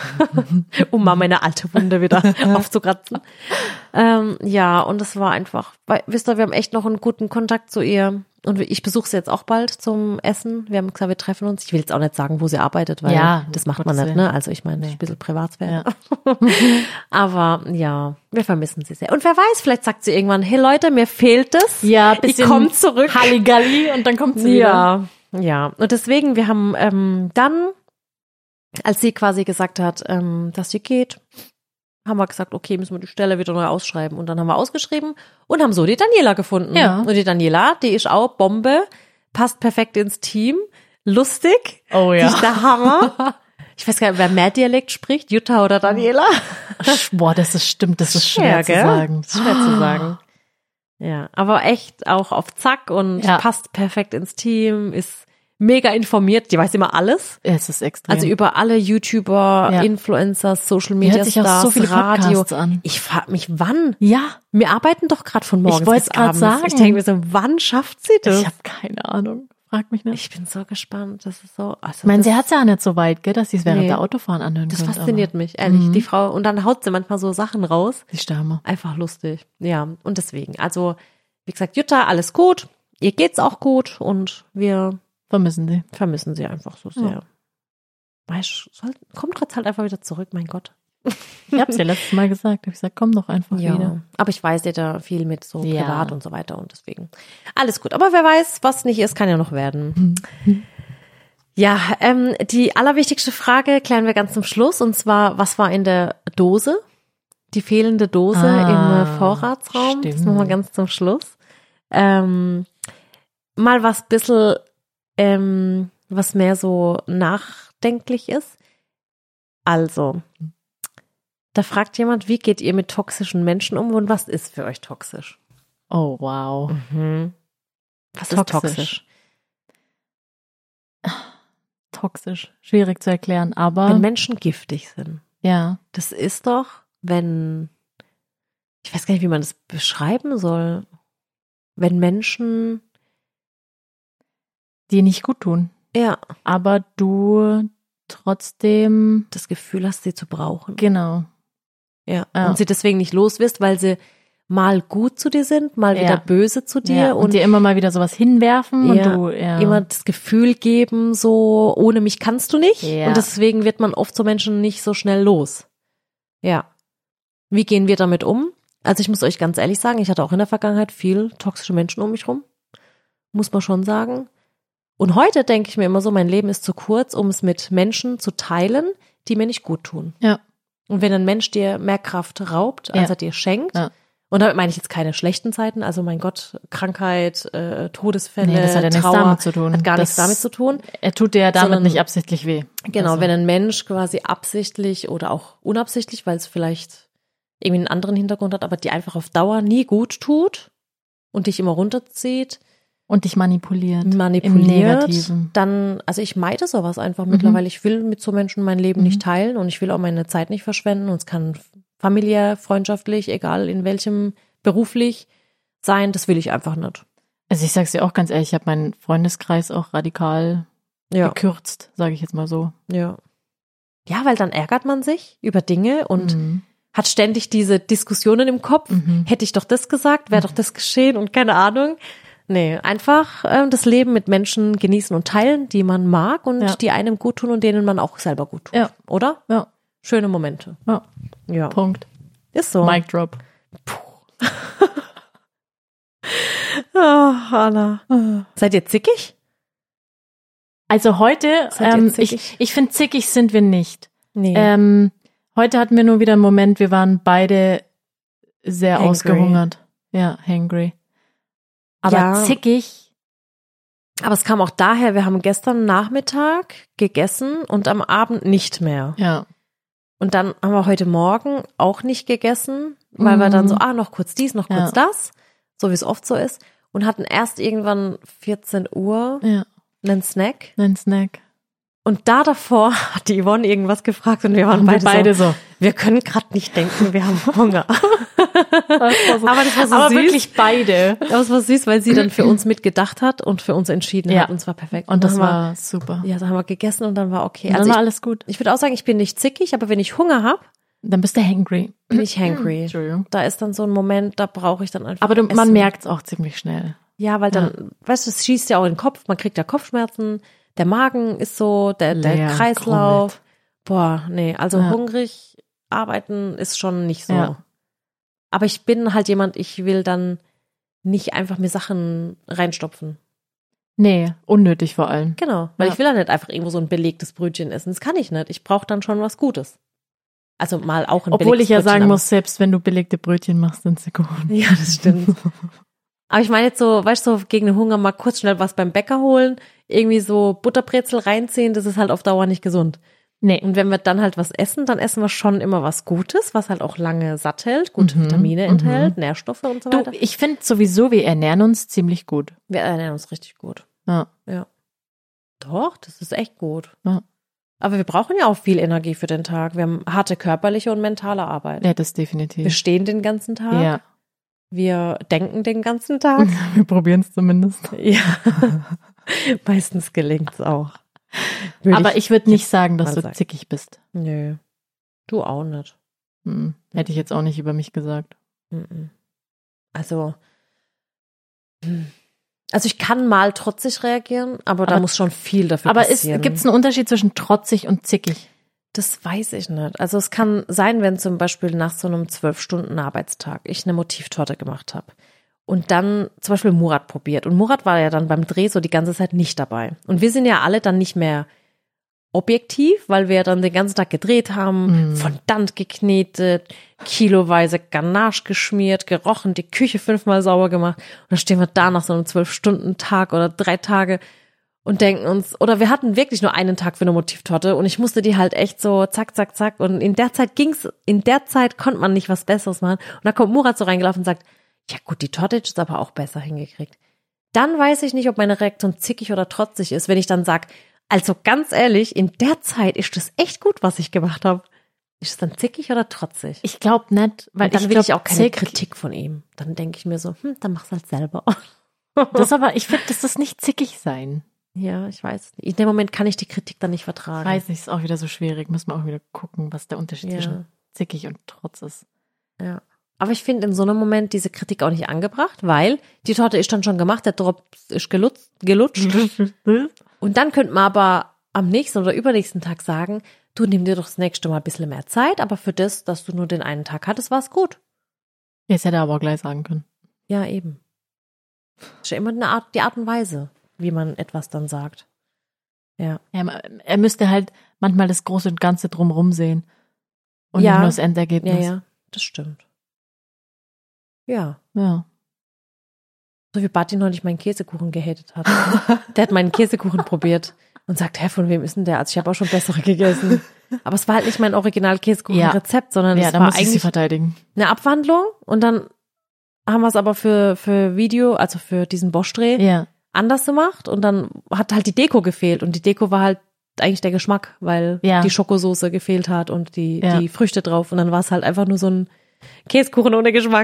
Um mal meine alte Wunde wieder aufzukratzen. Ähm, ja, und es war einfach, weil, wisst ihr, wir haben echt noch einen guten Kontakt zu ihr. Und ich besuche sie jetzt auch bald zum Essen. Wir haben gesagt, wir treffen uns. Ich will jetzt auch nicht sagen, wo sie arbeitet, weil ja, das macht man nicht, ne? Also ich meine, nee. ein bisschen Privatsphäre. Ja. Aber ja, wir vermissen sie sehr. Und wer weiß, vielleicht sagt sie irgendwann, hey Leute, mir fehlt es. Ja, bisschen ich komme zurück. Halligalli und dann kommt sie ja, wieder. Ja, und deswegen, wir haben ähm, dann, als sie quasi gesagt hat, ähm, dass sie geht, haben wir gesagt, okay, müssen wir die Stelle wieder neu ausschreiben. Und dann haben wir ausgeschrieben und haben so die Daniela gefunden. Ja. Und die Daniela, die ist auch Bombe, passt perfekt ins Team, lustig, oh ja, die ist der Hammer. Ich weiß gar nicht, wer mehr Dialekt spricht, Jutta oder Daniela. Boah, das ist stimmt, das ist schwer, schwer zu sagen. Das ist schwer zu sagen. Ja, aber echt auch auf Zack und ja. passt perfekt ins Team, ist mega informiert, die weiß immer alles. Es ist extrem. Also über alle YouTuber, ja. Influencer, Social Media die hört sich Stars, auch so viele Radio. Podcasts an. Ich frage mich, wann? Ja. Wir arbeiten doch gerade von morgens ich bis abends. Sagen. Ich denke mir so, wann schafft sie das? Ich habe keine Ahnung. Frag mich nicht. Ich bin so gespannt. Das ist so. Also ich meine, das, sie hat es ja nicht so weit, gell, dass sie es während nee. der Autofahren anhören Das könnt, fasziniert aber. mich, ehrlich. Mhm. Die Frau, und dann haut sie manchmal so Sachen raus. Die Stamme. Einfach lustig. Ja, und deswegen. Also, wie gesagt, Jutta, alles gut. Ihr geht's auch gut und wir vermissen sie. Vermissen sie einfach so sehr. Ja. Weißt, soll, kommt jetzt halt einfach wieder zurück, mein Gott. Ich hab's ja letztes Mal gesagt. Ich gesagt, komm doch einfach ja, wieder. Aber ich weiß, ihr da viel mit so ja. privat und so weiter und deswegen alles gut. Aber wer weiß, was nicht ist, kann ja noch werden. Mhm. Ja, ähm, die allerwichtigste Frage klären wir ganz zum Schluss und zwar, was war in der Dose? Die fehlende Dose ah, im Vorratsraum. Stimmt. Das machen wir ganz zum Schluss. Ähm, mal was bisschen Ähm, was mehr so nachdenklich ist. Also, da fragt jemand, wie geht ihr mit toxischen Menschen um und was ist für euch toxisch? Oh, wow. Mhm. Was toxisch. ist toxisch? Toxisch. Schwierig zu erklären, aber. Wenn Menschen giftig sind. Ja. Das ist doch, wenn, ich weiß gar nicht, wie man das beschreiben soll, wenn Menschen dir nicht gut tun. Ja. Aber du trotzdem das Gefühl hast, sie zu brauchen. Genau. Ja. ja. Und sie deswegen nicht los wirst, weil sie mal gut zu dir sind, mal ja. wieder böse zu dir. Ja. Und, und dir immer mal wieder sowas hinwerfen ja, und du ja. immer das Gefühl geben, so ohne mich kannst du nicht. Ja. Und deswegen wird man oft so Menschen nicht so schnell los. Ja. Wie gehen wir damit um? Also ich muss euch ganz ehrlich sagen, ich hatte auch in der Vergangenheit viel toxische Menschen um mich rum. Muss man schon sagen. Und heute denke ich mir immer so, mein Leben ist zu kurz, um es mit Menschen zu teilen, die mir nicht gut tun. Ja. Und wenn ein Mensch dir mehr Kraft raubt, als ja. er dir schenkt, ja. und damit meine ich jetzt keine schlechten Zeiten, also mein Gott, Krankheit, äh, Todesfälle, nee, das hat ja nichts Trauer, damit zu tun. hat gar das, nichts damit zu tun. Er tut dir ja damit sondern, nicht absichtlich weh. Genau, also. wenn ein Mensch quasi absichtlich oder auch unabsichtlich, weil es vielleicht irgendwie einen anderen Hintergrund hat, aber die einfach auf Dauer nie gut tut und dich immer runterzieht, Und dich manipuliert. manipuliert, Im Negativen. dann, also ich meide sowas einfach mittlerweile. Ich will mit so Menschen mein Leben Mhm. nicht teilen und ich will auch meine Zeit nicht verschwenden und es kann familiär, freundschaftlich, egal in welchem, beruflich sein, das will ich einfach nicht. Also ich sag's dir auch ganz ehrlich, ich habe meinen Freundeskreis auch radikal Ja, gekürzt, sage ich jetzt mal so. ja. Ja, weil dann ärgert man sich über Dinge und Mhm. hat ständig diese Diskussionen im Kopf. Mhm. Hätte ich doch das gesagt, wäre doch das geschehen und keine Ahnung. Nee, einfach ähm, das Leben mit Menschen genießen und teilen, die man mag und Ja. die einem gut tun und denen man auch selber gut tut. Ja. Oder? Ja, Schöne Momente. ja. Ja. Punkt. Ist so. Mic drop. Oh, Anna. Seid ihr zickig? Also heute, Seid ihr ähm, zickig? ich, ich finde, zickig sind wir nicht. Nee. Ähm, heute hatten wir nur wieder einen Moment, wir waren beide sehr Hangry. ausgehungert. Ja, hangry. Aber Ja. zickig, Aber es kam auch daher, wir haben gestern Nachmittag gegessen und am Abend nicht mehr. ja. Und dann haben wir heute Morgen auch nicht gegessen, weil wir dann so, ah, noch kurz dies, noch kurz Ja. das, so wie es oft so ist. Und hatten erst irgendwann vierzehn Uhr Ja, einen Snack. ein Snack. Und da davor hat die Yvonne irgendwas gefragt und wir waren Und wir beide, beide so, so. wir können gerade nicht denken, wir haben Hunger. Aber das war so Aber süß. wirklich beide. Aber es war süß, weil sie dann für uns mitgedacht hat und für uns entschieden Ja. hat und es war perfekt. Und das dann haben war super. wir, ja, dann haben wir gegessen und dann war okay. Und dann Also war ich, alles gut. ich würde auch sagen, ich bin nicht zickig, aber wenn ich Hunger habe, Dann bist du hangry. bin ich hangry. Entschuldigung. Da ist dann so ein Moment, da brauche ich dann einfach Aber du, man Essen. merkt es auch ziemlich schnell. Ja, weil dann, weißt du, es schießt ja auch in den Kopf, man kriegt ja Kopfschmerzen, der Magen ist so, der, der Leer, Kreislauf. Boah, nee, also Ja. hungrig arbeiten ist schon nicht so. Ja. Aber ich bin halt jemand, ich will dann nicht einfach mir Sachen reinstopfen. Nee, unnötig vor allem. Genau, weil Ja. ich will dann nicht einfach irgendwo so ein belegtes Brötchen essen. Das kann ich nicht. Ich brauche dann schon was Gutes. Also mal auch ein Obwohl belegtes ich ja Brötchen, sagen aber- muss, selbst wenn du belegte Brötchen machst, sind sie gut. Ja, das stimmt. Aber ich meine jetzt so, weißt du, so gegen den Hunger mal kurz schnell was beim Bäcker holen, irgendwie so Butterbrezel reinziehen, das ist halt auf Dauer nicht gesund. Nee. Und wenn wir dann halt was essen, dann essen wir schon immer was Gutes, was halt auch lange satt hält, gute Mhm, Vitamine mhm. enthält, Nährstoffe und so Du, weiter. ich finde sowieso, wir ernähren uns ziemlich gut. Wir ernähren uns richtig gut. Ja. Ja. Doch, das ist echt gut. Ja. Aber wir brauchen ja auch viel Energie für den Tag. Wir haben harte körperliche und mentale Arbeit. Ja, das Wir definitiv. stehen den ganzen Tag. Ja. Wir denken den ganzen Tag. Wir probieren es zumindest. Ja. Meistens gelingt's auch. Würde Aber ich würde nicht sagen, dass mal du sagen. zickig bist. Nö. Du auch nicht. Hm. Hätte ich jetzt auch nicht über mich gesagt. Mhm. Also, hm. also ich kann mal trotzig reagieren, aber, da Aber- muss schon viel dafür Aber passieren. gibt es einen Unterschied zwischen trotzig und zickig? Das weiß ich nicht. Also es kann sein, wenn zum Beispiel nach so einem zwölf Stunden Arbeitstag ich eine Motivtorte gemacht habe und dann zum Beispiel Murat probiert. Und Murat war ja dann beim Dreh so die ganze Zeit nicht dabei. Und wir sind ja alle dann nicht mehr objektiv, weil wir dann den ganzen Tag gedreht haben, Mhm. Fondant geknetet, kiloweise Ganache geschmiert, gerochen, die Küche fünfmal sauber gemacht. Und dann stehen wir da nach so einem zwölf-Stunden-Tag oder drei Tage und denken uns, oder wir hatten wirklich nur einen Tag für eine Motivtorte und ich musste die halt echt so zack, zack, zack. Und in der Zeit ging's, in der Zeit konnte man nicht was Besseres machen. Und da kommt Murat so reingelaufen und sagt, ja gut, die Torte ist aber auch besser hingekriegt. Dann weiß ich nicht, ob meine Reaktion zickig oder trotzig ist, wenn ich dann sag, also ganz ehrlich, in der Zeit ist das echt gut, was ich gemacht habe. Ist es dann zickig oder trotzig? Ich glaube nicht, weil Und dann ich will glaub, ich auch keine zick, Kritik von ihm. Dann denke ich mir so, hm, dann mach's halt selber. Das aber, ich finde, das ist nicht zickig sein. Ja, ich weiß. In dem Moment kann ich die Kritik dann nicht vertragen. Weiß nicht, ist auch wieder so schwierig. Müssen wir auch wieder gucken, was der Unterschied Ja. zwischen zickig und trotz ist. Ja. Aber ich finde in so einem Moment diese Kritik auch nicht angebracht, weil die Torte ist dann schon gemacht, der Drops ist gelutzt, gelutscht. Und dann könnte man aber am nächsten oder übernächsten Tag sagen, du nimm dir doch das nächste Mal ein bisschen mehr Zeit, aber für das, dass du nur den einen Tag hattest, war es gut. Jetzt hätte er aber auch gleich sagen können. Ja, eben. Ist ja immer eine Art, die Art und Weise, wie man etwas dann sagt. Ja. Ja, er müsste halt manchmal das Große und Ganze drumrum sehen. Und Ja. nicht nur das Endergebnis. Ja, ja, das stimmt. Ja. Ja. So wie Barty neulich meinen Käsekuchen gehatet hat. Der hat meinen Käsekuchen probiert und sagt, hä, von wem ist denn der? Also ich habe auch schon bessere gegessen. Aber es war halt nicht mein Original-Käsekuchen-Rezept, sondern Ja, es da war muss ich sie eigentlich verteidigen. eine Abwandlung. Und dann haben wir es aber für, für Video, also für diesen Bosch-Dreh, Ja. anders gemacht und dann hat halt die Deko gefehlt und die Deko war halt eigentlich der Geschmack, weil Ja. die Schokosoße gefehlt hat und die, Ja. die Früchte drauf und dann war es halt einfach nur so ein Käsekuchen ohne Geschmack.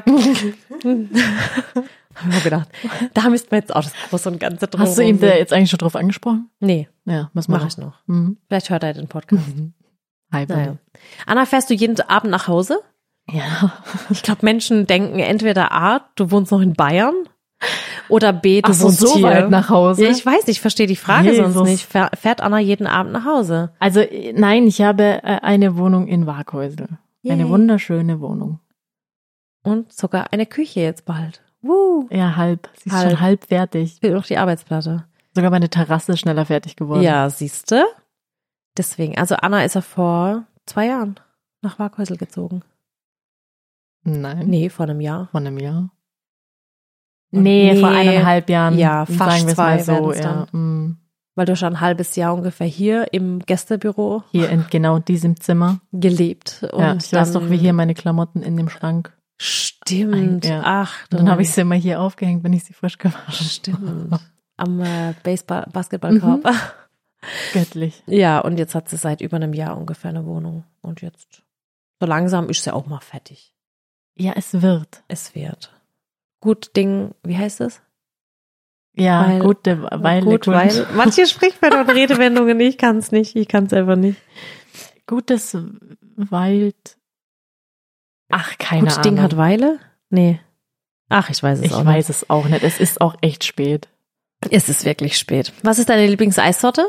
Hab ich mir gedacht, da müssten wir jetzt auch das Große und Ganze drauf. Hast du ihm da jetzt eigentlich schon drauf angesprochen? Nee, Ja, müssen wir mach noch. ich noch. Mhm. Vielleicht hört er den Podcast. Hi, Naja. Anna, fährst du jeden Abend nach Hause? Ja. Ich glaube, Menschen denken entweder A, du wohnst noch in Bayern oder B, du Ach so, wohnst so hier. weit nach Hause? Ja, ich weiß nicht, ich verstehe die Frage Jesus. sonst nicht. Fähr- Fährt Anna jeden Abend nach Hause? Also äh, nein, ich habe äh, eine Wohnung in Waghäusel. Eine Yay. wunderschöne Wohnung. Und sogar eine Küche jetzt bald. Woo. Ja, halb. Sie ist Halb. schon halb fertig. Fehlt noch die Arbeitsplatte. Sogar meine Terrasse ist schneller fertig geworden. Ja, siehste. Deswegen, also Anna ist ja vor zwei Jahren nach Waghäusel gezogen. Nein. Nee, vor einem Jahr. Vor einem Jahr. Nee, Nee. vor eineinhalb Jahren. Ja, fast sagen wir es zwei mal so. werden's Ja. Mm. Weil du schon ein halbes Jahr ungefähr hier im Gästebüro Hier in genau diesem Zimmer. gelebt. Und ja, ich dann, weiß doch, wie hier meine Klamotten in dem Schrank. Stimmt. Ja. Ach, Und dann habe ich sie immer hier aufgehängt, wenn ich sie frisch gewaschen habe. Stimmt. Am äh, Baseball, Basketballkorb. Mhm. Göttlich. Ja, und jetzt hat sie seit über einem Jahr ungefähr eine Wohnung. Und jetzt, so langsam ist sie auch mal fertig. Ja, es wird. Es wird. Gut Ding, wie heißt es? Ja, Weil- gute Weile. Gut, gut. weil manche Sprichwörter und Redewendungen, ich kann es nicht, ich kann es einfach nicht. Gutes Wald. Ach, keine Gut Ahnung. Ding hat Weile? Nee. Ach, ich weiß es ich auch weiß es auch nicht. Es ist auch echt spät. nicht. Es ist wirklich spät. Was ist deine Lieblingseissorte?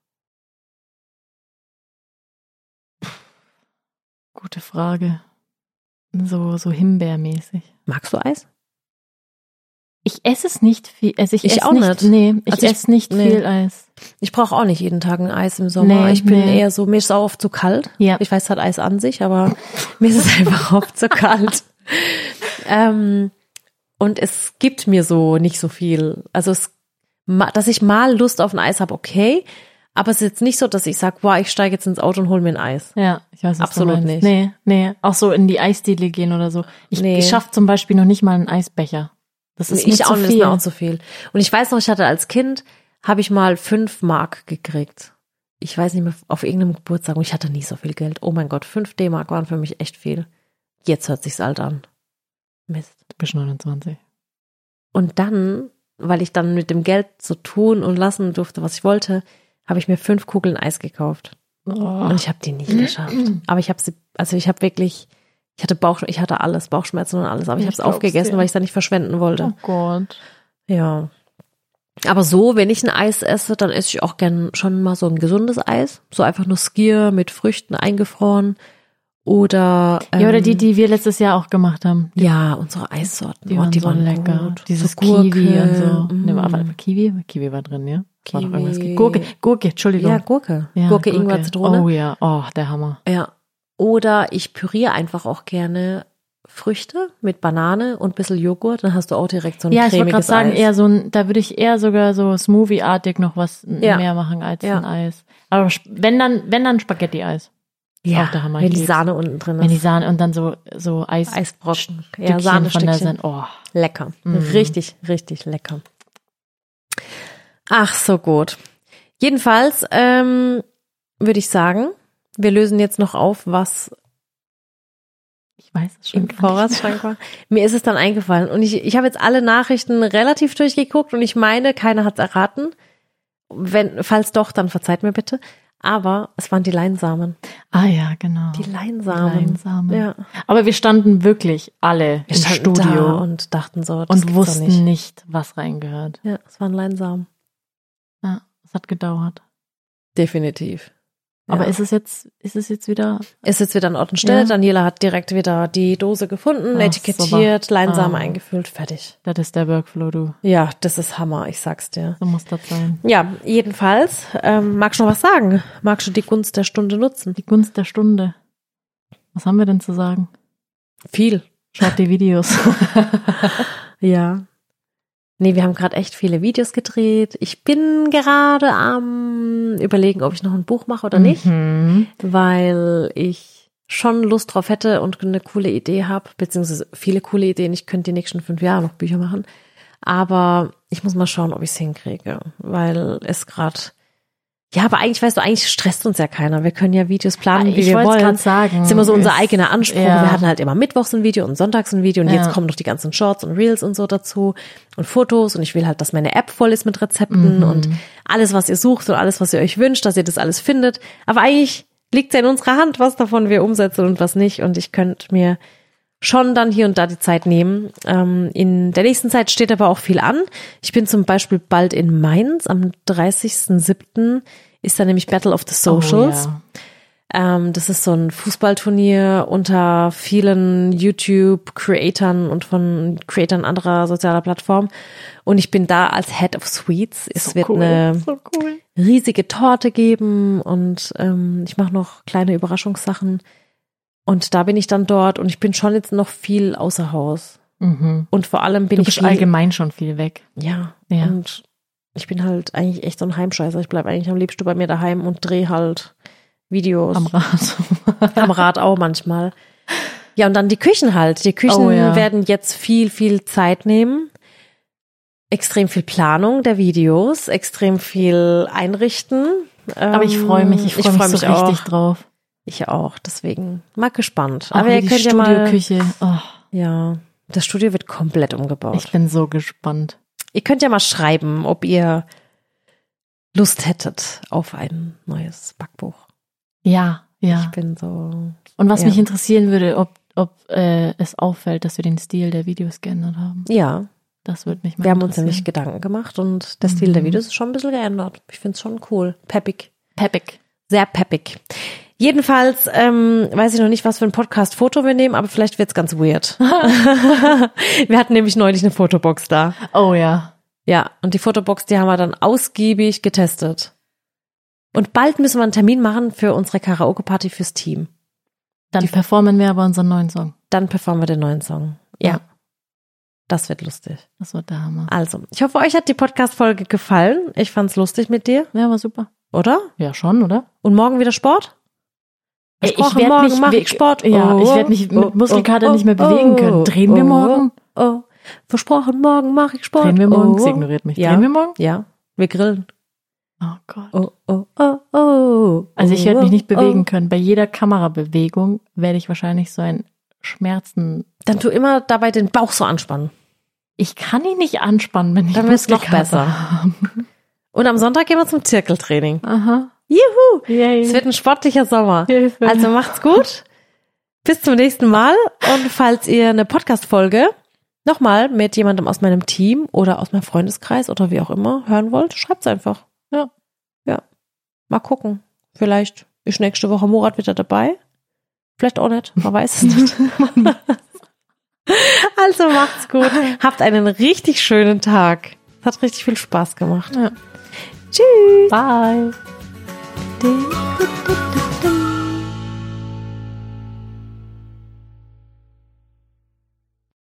Gute Frage. So, so Himbeermäßig. Magst du Eis? Ich esse es nicht viel. Also ich Ich esse auch nicht. nicht. Nee, ich Also ich- esse nicht nee. viel Eis. Ich brauche auch nicht jeden Tag ein Eis im Sommer. Nee, ich bin nee. eher so, mir ist es auch oft zu kalt. Ja. Ich weiß, es hat Eis an sich, aber mir ist es einfach oft zu kalt. Ähm, und es gibt mir so nicht so viel. Also es, ma- dass ich mal Lust auf ein Eis habe, okay. Aber es ist jetzt nicht so, dass ich sage, wow, ich steige jetzt ins Auto und hole mir ein Eis. Ja, ich weiß, was Absolut du meinst. nicht. Nee, nee. Auch so in die Eisdiele gehen oder so. Ich, Nee. ich schaffe zum Beispiel noch nicht mal einen Eisbecher. Das ist ich nicht auch so nicht, viel. ist mir auch zu viel. Und ich weiß noch, ich hatte als Kind, habe ich mal fünf Mark gekriegt. Ich weiß nicht mehr, auf irgendeinem Geburtstag. Und ich hatte nie so viel Geld. Oh mein Gott, fünf D-Mark waren für mich echt viel. Jetzt hört sich's alt an. Mist. Du bist neunundzwanzig. Und dann, weil ich dann mit dem Geld so tun und lassen durfte, was ich wollte, habe ich mir fünf Kugeln Eis gekauft. Oh. Und ich habe die nicht geschafft. Aber ich habe sie, also ich habe wirklich, ich hatte Bauch, ich hatte alles, Bauchschmerzen und alles, aber ich Ich habe es glaub's aufgegessen, dir. weil ich es dann nicht verschwenden wollte. Oh Gott. Ja. Aber so, wenn ich ein Eis esse, dann esse ich auch gern schon mal so ein gesundes Eis. So einfach nur Skier mit Früchten eingefroren. Oder, ähm, Ja, oder die, die wir letztes Jahr auch gemacht haben. ja, unsere Eissorten. Die Oh, waren so lecker. gut. Dieses So Gurke, Kiwi und so. mm. Nee, aber Kiwi? Kiwi war drin, ja? War doch irgendwas. Kiwi. Gurke, Gurke, Entschuldigung. Ja, Gurke. Ja, Gurke, Ingwer, Zitrone. Oh ja, oh, der Hammer. Ja. Oder ich püriere einfach auch gerne Früchte mit Banane und ein bisschen Joghurt. Dann hast du auch direkt so ein Ja, ich wollte gerade cremiges sagen, Eis. eher so ein, da würde ich eher sogar so Smoothie-artig noch was Ja. mehr machen als Ja. ein Eis. Aber sp- wenn dann, wenn dann Spaghetti-Eis. ja, auch der Hammer. wenn Ich die lieb's. Sahne unten drin Wenn die ist. Sahne und dann so, so Eis. Eisbrocken. Ja, Stückchen von der Sahnestückchen. Sahne. Oh. Lecker. Mhm. Richtig, richtig lecker. Ach, so gut. Jedenfalls ähm, würde ich sagen, wir lösen jetzt noch auf, was Ich weiß es schon. im gar nicht mehr. Vorratsschrank war. Mir ist es dann eingefallen. Und ich, ich habe jetzt alle Nachrichten relativ durchgeguckt und ich meine, keiner hat es erraten. Wenn, falls doch, dann verzeiht mir bitte. Aber es waren die Leinsamen. Ah ja, genau. Die Leinsamen. Leinsamen. Ja. Aber wir standen wirklich alle Wir im standen da Studio und dachten so, das und gibt's doch wussten nicht. nicht. was reingehört. Ja, es waren Leinsamen. Ja, es hat gedauert. Definitiv. Aber Ja. ist es jetzt, ist es jetzt wieder? Ist jetzt wieder an Ort und Stelle. Ja. Daniela hat direkt wieder die Dose gefunden, Ach, etikettiert, super. Leinsamen Ah. eingefüllt, fertig. Das ist der Workflow, du. Ja, das ist Hammer, ich sag's dir. So muss das sein. Ja, jedenfalls, ähm, magst du noch was sagen? Magst du die Gunst der Stunde nutzen? Die Gunst der Stunde. Was haben wir denn zu sagen? Viel. Schaut die Videos. Ja. Nee, wir haben gerade echt viele Videos gedreht. Ich bin gerade am Überlegen, ob ich noch ein Buch mache oder nicht, Mhm. weil ich schon Lust drauf hätte und eine coole Idee habe, beziehungsweise viele coole Ideen. Ich könnte die nächsten fünf Jahre noch Bücher machen. Aber ich muss mal schauen, ob ich es hinkriege, weil es gerade, ja, aber eigentlich, weißt du, eigentlich stresst uns ja keiner. Wir können ja Videos planen, Ich wie wir wollte wollen. gerade sagen, Das ist immer so unser es- eigener Anspruch. ja. Wir hatten halt immer mittwochs ein Video und sonntags ein Video und Ja. jetzt kommen noch die ganzen Shorts und Reels und so dazu und Fotos und ich will halt, dass meine App voll ist mit Rezepten Mhm. und alles, was ihr sucht und alles, was ihr euch wünscht, dass ihr das alles findet. Aber eigentlich liegt es ja in unserer Hand, was davon wir umsetzen und was nicht und ich könnte mir schon dann hier und da die Zeit nehmen. Ähm, in der nächsten Zeit steht aber auch viel an. Ich bin zum Beispiel bald in Mainz. Am dreißigsten siebten ist da nämlich Battle of the Socials. Oh, ja. Ähm, das ist so ein Fußballturnier unter vielen YouTube-Creatern und von Creatern anderer sozialer Plattformen. Und ich bin da als Head of Sweets. Es So wird cool, eine so cool. riesige Torte geben und ähm, ich mache noch kleine Überraschungssachen. Und da bin ich dann dort und ich bin schon jetzt noch viel außer Haus. Mhm. Und vor allem bin Du ich bist viel, allgemein schon viel weg. ja, Ja. und ich bin halt eigentlich echt so ein Heimscheißer. Ich bleibe eigentlich am liebsten bei mir daheim und drehe halt Videos. Am Rad. Am Rad auch manchmal. Ja, und dann die Küchen halt. Die Küchen Oh, ja. werden jetzt viel, viel Zeit nehmen. Extrem viel Planung der Videos, extrem viel einrichten. Aber ich freue mich, ich freue mich freu so richtig auch. drauf. Ich auch, deswegen mal gespannt. Auch Aber wie ihr die könnt ja mal, Studioküche. Oh, ja, das Studio wird komplett umgebaut. ich bin so gespannt. Ihr könnt ja mal schreiben, ob ihr Lust hättet auf ein neues Backbuch. Ja, ja. Ich bin so, Und was ja. mich interessieren würde, ob, ob äh, es auffällt, dass wir den Stil der Videos geändert haben. ja, Das würde mich mal wir haben uns interessieren. nämlich Gedanken gemacht und der Stil der Mhm. Videos ist schon ein bisschen geändert. Ich finde es schon cool. Peppig. Peppig. Sehr peppig. Jedenfalls ähm, weiß ich noch nicht, was für ein Podcast-Foto wir nehmen, aber vielleicht wird's ganz weird. Wir hatten nämlich neulich eine Fotobox da. Oh ja. Ja, und die Fotobox, die haben wir dann ausgiebig getestet. Und bald müssen wir einen Termin machen für unsere Karaoke-Party fürs Team. Dann performen wir aber unseren neuen Song. Dann performen wir den neuen Song. Ja, Ja. das wird lustig. Das wird der Hammer. Also, ich hoffe, euch hat die Podcast-Folge gefallen. Ich fand's lustig mit dir, Ja, war super. oder? Ja, schon, oder? Und morgen wieder Sport? Ey, ich Versprochen, werd morgen mich mach we- ich Sport. Ja, Oh, ich werde mich oh, mit Muskelkater oh, nicht mehr oh, bewegen können. Drehen wir oh, morgen? Oh, versprochen, morgen mache ich Sport. Drehen wir morgen? Oh, Sie ignoriert mich. Ja. Drehen wir morgen? Ja, wir grillen. Oh Gott. Oh, oh, oh, oh. Also ich werde oh, mich nicht oh. bewegen können. Bei jeder Kamerabewegung werde ich wahrscheinlich so ein Schmerzen. Dann tu immer dabei den Bauch so anspannen. Ich kann ihn nicht anspannen, wenn ich Dann wird's noch Muskelkater besser. habe. Und am Sonntag gehen wir zum Zirkeltraining. Aha. Juhu! Yay. Es wird ein sportlicher Sommer. Hilfe. Also macht's gut. Bis zum nächsten Mal. Und falls ihr eine Podcast-Folge nochmal mit jemandem aus meinem Team oder aus meinem Freundeskreis oder wie auch immer hören wollt, schreibt's einfach. Ja. Ja. Mal gucken. Vielleicht ist nächste Woche Murat wieder dabei. Vielleicht auch nicht. Man weiß es nicht. Also macht's gut. Habt einen richtig schönen Tag. Es hat richtig viel Spaß gemacht. Ja. Tschüss. Bye. Bitte.